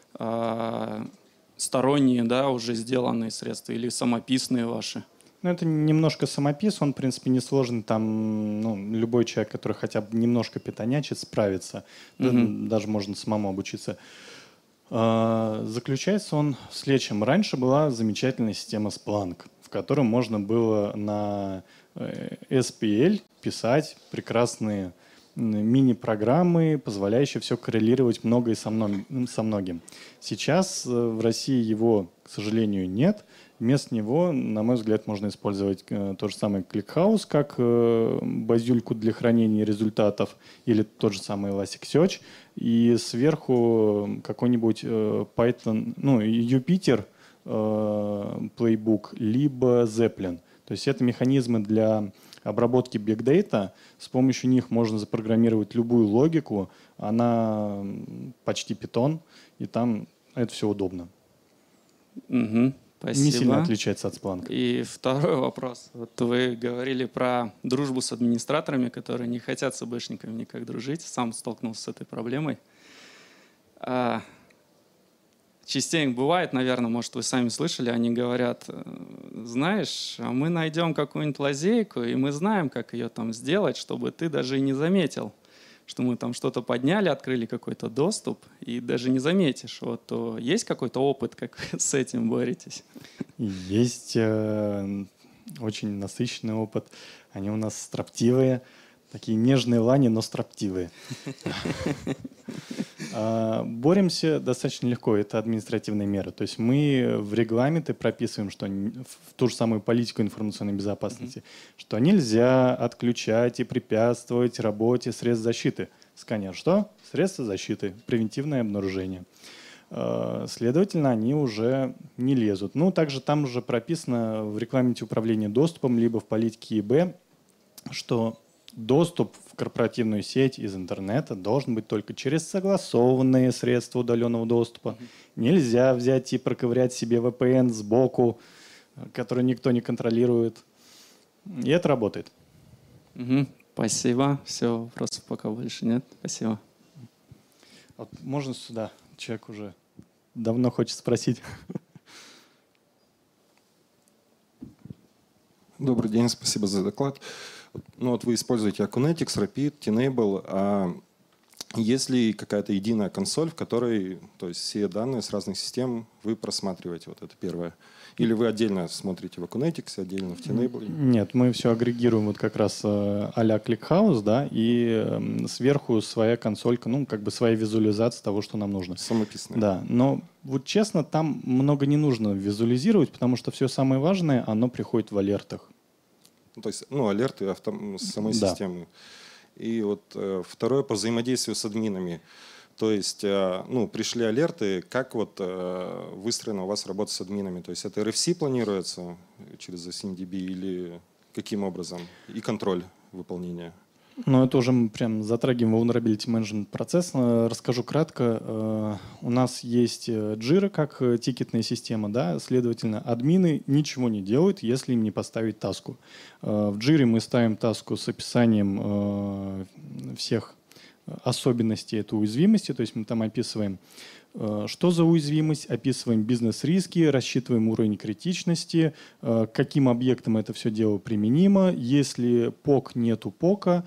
сторонние, да, уже сделанные средства или самописные ваши?
Ну, это немножко самопис, он, в принципе, несложный. Там, ну, любой человек, который хотя бы немножко питонячит, справится. Даже можно самому обучиться. Заключается он в следующем. Раньше была замечательная система Splunk, в которой можно было на SPL писать прекрасные мини-программы, позволяющие все коррелировать многое со многим. Сейчас в России его, к сожалению, нет. Вместо него, на мой взгляд, можно использовать то же самое ClickHouse как базюльку для хранения результатов или тот же самый Elasticsearch. И сверху какой-нибудь Python, ну, Jupyter Playbook, либо Zeppelin. То есть это механизмы для обработки Big Data. С помощью них можно запрограммировать любую логику. Она почти Python, и там это все удобно.
Спасибо.
Не сильно отличается от Splunk.
И второй вопрос. Вот вы говорили про дружбу с администраторами, которые не хотят с ИБшниками никак дружить. Сам столкнулся с этой проблемой. Частенько бывает, наверное, может, вы сами слышали, они говорят, знаешь, а мы найдем какую-нибудь лазейку, и мы знаем, как ее там сделать, чтобы ты даже и не заметил, что мы там что-то подняли, открыли какой-то доступ, и даже не заметишь. Вот, то есть какой-то опыт, как вы с этим боретесь?
Есть очень насыщенный опыт. Они у нас строптивые, такие нежные лани, но строптивые. Боремся достаточно легко, это административные меры. То есть мы в регламенты прописываем, что в ту же самую политику информационной безопасности, что нельзя отключать и препятствовать работе средств защиты. Сканер что? Средства защиты, превентивное обнаружение. Следовательно, они уже не лезут. Ну, также там уже прописано в регламенте управления доступом, либо в политике ИБ, что доступ в корпоративную сеть из интернета должен быть только через согласованные средства удаленного доступа. Нельзя взять и проковырять себе VPN сбоку, который никто не контролирует. И это работает.
Спасибо. Все, вопросов пока больше нет. Спасибо.
Вот можно сюда? Человек уже давно хочет спросить.
Добрый день, спасибо за доклад. Ну, вот вы используете Acunetics, Rapid, Tenable. А есть ли какая-то единая консоль, в которой, то есть все данные с разных систем вы просматриваете? Вот это первое. Или вы отдельно смотрите в Acunetics, отдельно в Tenable?
Нет, мы все агрегируем вот как раз а-ля ClickHouse, да, и сверху своя консолька, ну, как бы своя визуализация того, что нам нужно.
Самописные.
Да, но вот честно, там много не нужно визуализировать, потому что все самое важное, оно приходит в алертах.
То есть, ну, алерты с самой системы. И вот второе по взаимодействию с админами. То есть, ну, пришли алерты, как вот выстроена у вас работа с админами? То есть это RFC планируется через SMDB или каким образом? И контроль выполнения?
Ну, это уже мы прям затрагиваем vulnerability management процесс. Расскажу кратко. У нас есть Jira как тикетная система, да, следовательно, админы ничего не делают, если им не поставить таску. В Jira мы ставим таску с описанием всех особенностей этой уязвимости, то есть мы там описываем, что за уязвимость, описываем бизнес-риски, рассчитываем уровень критичности, каким объектом это все дело применимо, если POC, нету POC,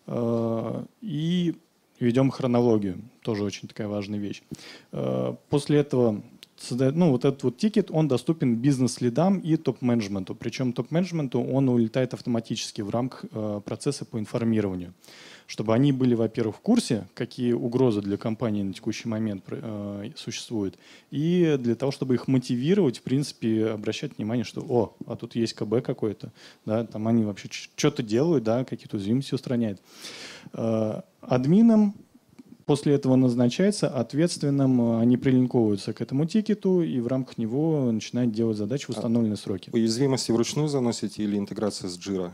и ведем хронологию, тоже очень такая важная вещь. После этого ну, вот этот вот тикет, он доступен бизнес-лидам и топ-менеджменту. Причем топ-менеджменту он улетает автоматически в рамках процесса по информированию. Чтобы они были, во-первых, в курсе, какие угрозы для компании на текущий момент существуют, и для того, чтобы их мотивировать, в принципе, обращать внимание, что а тут есть КБ какой-то, да, там они вообще что-то делают, да, какие-то уязвимости устраняют. Админам после этого назначается ответственным, они прилинковываются к этому тикету и в рамках него начинают делать задачи в установленные сроки.
Уязвимости вручную заносите или интеграция с Jira?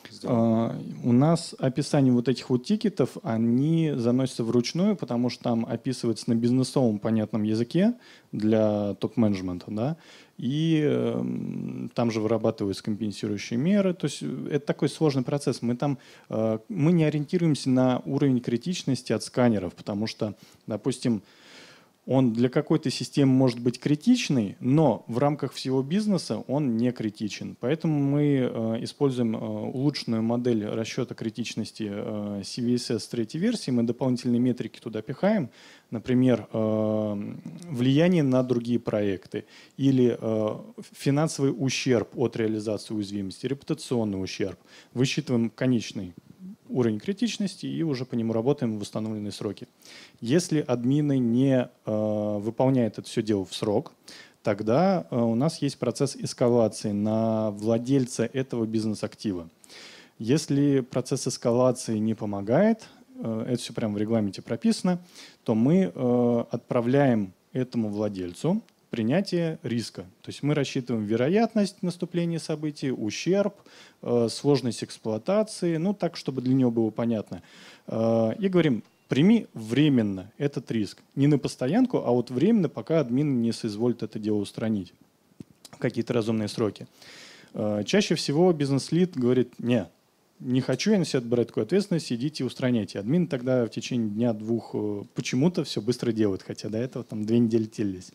У нас описание вот этих вот тикетов, они заносятся вручную, потому что там описывается на бизнесовом понятном языке для топ-менеджмента, да, и там же вырабатываются компенсирующие меры. То есть это такой сложный процесс. Мы не ориентируемся на уровень критичности от сканеров, потому что, допустим, он для какой-то системы может быть критичный, но в рамках всего бизнеса он не критичен. Поэтому мы используем улучшенную модель расчета критичности CVSS третьей версии. Мы дополнительные метрики туда пихаем. Например, влияние на другие проекты или финансовый ущерб от реализации уязвимости, репутационный ущерб. Высчитываем конечный уровень критичности и уже по нему работаем в установленные сроки. Если админы не выполняют это все дело в срок, тогда у нас есть процесс эскалации на владельца этого бизнес-актива. Если процесс эскалации не помогает, это все прямо в регламенте прописано, то мы отправляем этому владельцу принятие риска. То есть мы рассчитываем вероятность наступления событий, ущерб, сложность эксплуатации, ну так, чтобы для него было понятно. И говорим, прими временно этот риск. Не на постоянку, а вот временно, пока админ не соизволит это дело устранить в какие-то разумные сроки. Чаще всего бизнес-лид говорит, не хочу я на себя брать такую ответственность, идите и устраняйте. Админ тогда в течение дня-двух почему-то все быстро делает, хотя до этого там 2 недели телились.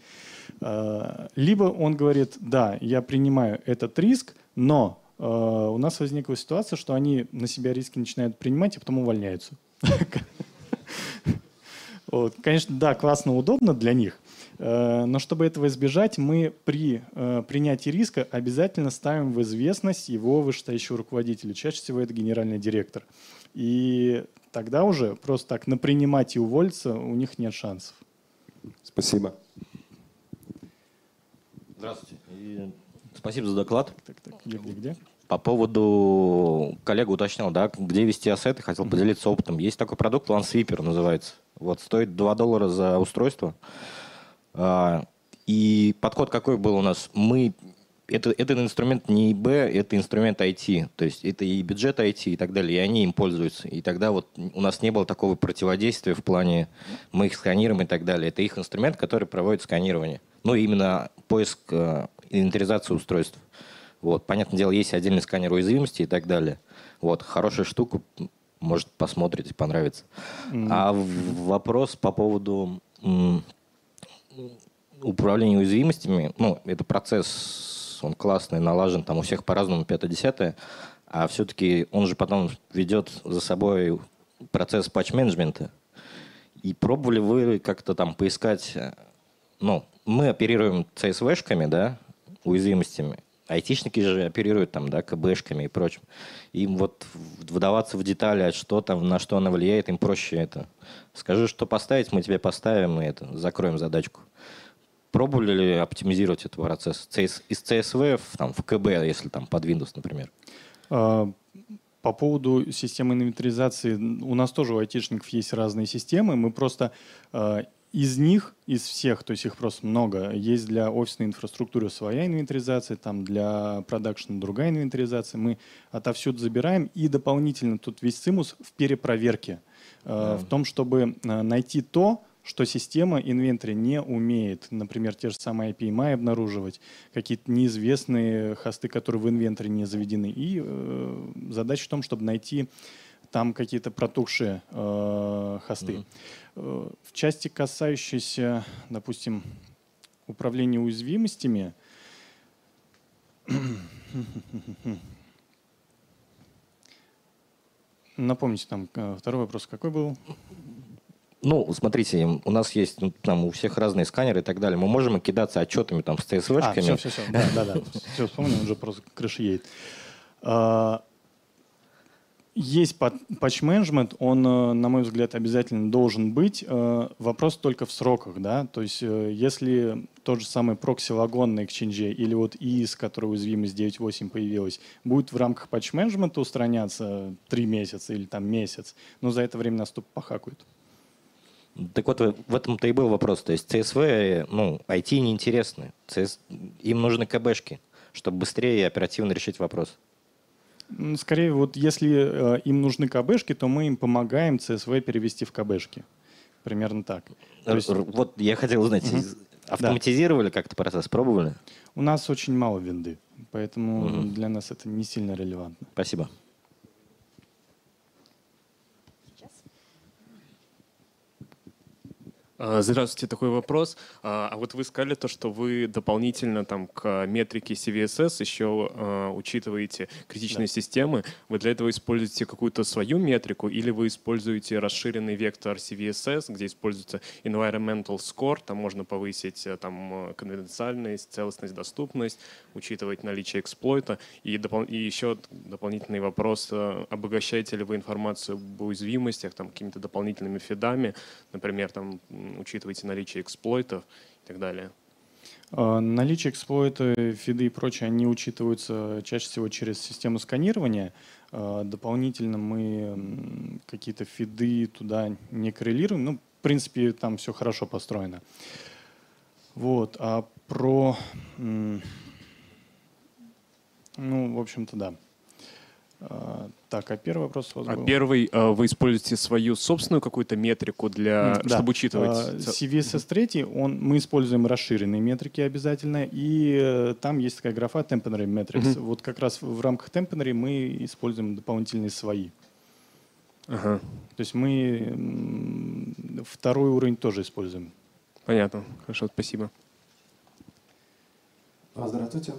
Либо он говорит, да, я принимаю этот риск, но у нас возникла ситуация, что они на себя риски начинают принимать, а потом увольняются. Конечно, да, классно, удобно для них, но чтобы этого избежать, мы при принятии риска обязательно ставим в известность его вышестоящего руководителя. Чаще всего это генеральный директор. И тогда уже просто так напринимать и уволиться у них нет шансов.
Спасибо.
Здравствуйте. И спасибо за доклад.
Где?
По поводу, коллега уточнял, да, где вести ассеты, хотел поделиться опытом. Есть такой продукт, OneSweeper называется. Вот, стоит $2 за устройство. И подход какой был у нас? Этот инструмент не ИБ, это инструмент IT. То есть это и бюджет IT и так далее, и они им пользуются. И тогда вот у нас не было такого противодействия в плане мы их сканируем и так далее. Это их инструмент, который проводит сканирование. Ну, именно поиск, инвентаризацию устройств. Вот, понятное дело, есть отдельный сканер уязвимости и так далее. Вот, хорошая штука, может, посмотрите, понравится. А вопрос по поводу управления уязвимостями, ну, это процесс, он классный, налажен, там у всех по-разному, 5-10, а все-таки он же потом ведет за собой процесс патч-менеджмента. И пробовали вы как-то там поискать, ну, мы оперируем CSV-шками, да, уязвимостями. Айтишники же оперируют там, да, КБшками и прочим. Им вот вдаваться в детали, что там, на что она влияет, им проще это. Скажи, что поставить, мы тебе поставим и это, закроем задачку. Пробовали ли оптимизировать этот процесс из CSV там, в КБ, если там под Windows, например?
По поводу системы инвентаризации, у нас тоже у айтишников есть разные системы. Мы просто из них, из всех, то есть их просто много, есть для офисной инфраструктуры своя инвентаризация, там для продакшена другая инвентаризация. Мы отовсюду забираем, и дополнительно тут весь цимус в перепроверке, в том, чтобы найти то, что система инвентаря не умеет. Например, те же самые API обнаруживать, какие-то неизвестные хосты, которые в инвентаре не заведены. И задача в том, чтобы найти там какие-то протухшие хосты. В части, касающейся, допустим, управления уязвимостями, напомните, там второй вопрос какой был?
Ну, смотрите, у нас есть, там у всех разные сканеры и так далее. Мы можем кидаться отчетами там с CSV-шками.
Все. Да. Все вспомнил, он уже просто крыша едет. Есть патч-менеджмент, он, на мой взгляд, обязательно должен быть. Вопрос только в сроках, да. То есть, если тот же самый прокси-вагон на Exchange или вот IIS, который уязвимость 9.8 появилась, будет в рамках патч-менеджмента устраняться 3 месяца или там месяц, но за это время нас тут похакают.
Так вот, в этом-то и был вопрос. То есть CSV, IT неинтересны. Им нужны КБшки, чтобы быстрее и оперативно решить вопрос.
Скорее, вот если им нужны КБшки, то мы им помогаем CSV перевести в КБшки. Примерно так.
Вот я хотел узнать, автоматизировали как-то процесс, пробовали?
У нас очень мало винды, поэтому для нас это не сильно релевантно.
Спасибо.
Здравствуйте, такой вопрос. А вот вы сказали то, что вы дополнительно там к метрике CVSS еще учитываете критичные системы. Вы для этого используете какую-то свою метрику или вы используете расширенный вектор CVSS, где используется environmental score, там можно повысить там конфиденциальность, целостность, доступность, учитывать наличие эксплойта. И еще дополнительный вопрос, обогащаете ли вы информацию об уязвимостях там какими-то дополнительными фидами, например, там учитываете наличие эксплойтов и так далее?
Наличие эксплойта, фиды и прочее, они учитываются чаще всего через систему сканирования. Дополнительно мы какие-то фиды туда не коррелируем. Ну, в принципе, там все хорошо построено. Вот. А про... Ну, в общем-то, да. Так, а первый вопрос у вас был?
Первый, вы используете свою собственную какую-то метрику, чтобы учитывать?
CVSS 3, мы используем расширенные метрики обязательно, и там есть такая графа Temporary Metrics. Вот как раз в рамках Temporary мы используем дополнительные свои. То есть мы второй уровень тоже используем.
Понятно. Хорошо, спасибо.
Здравствуйте.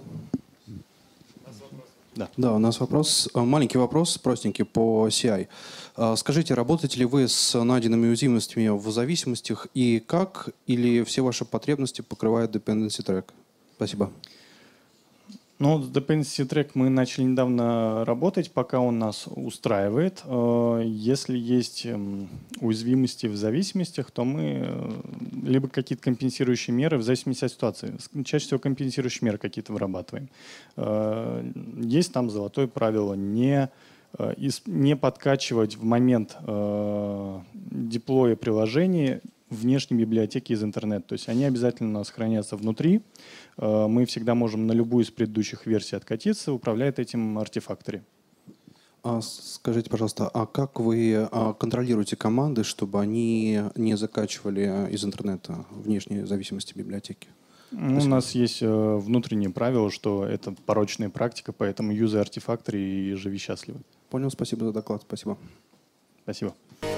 Да,
у нас вопрос, маленький вопрос, простенький, по CI. Скажите, работаете ли вы с найденными уязвимостями в зависимостях и как, или все ваши потребности покрывает Dependency Track? Спасибо.
Ну, с Dependency Track мы начали недавно работать, пока он нас устраивает. Если есть уязвимости в зависимостях, то мы либо какие-то компенсирующие меры, в зависимости от ситуации. Чаще всего компенсирующие меры какие-то вырабатываем. Есть там золотое правило не подкачивать в момент деплоя приложения внешней библиотеки из интернета. То есть они обязательно у нас хранятся внутри. Мы всегда можем на любую из предыдущих версий откатиться, управляет этим Artifactory.
Скажите, пожалуйста, а как вы контролируете команды, чтобы они не закачивали из интернета внешние зависимости библиотеки?
Ну, у нас есть внутреннее правило, что это порочная практика, поэтому юзай Artifactory и живи счастливы.
Понял, спасибо за доклад. Спасибо.
Спасибо.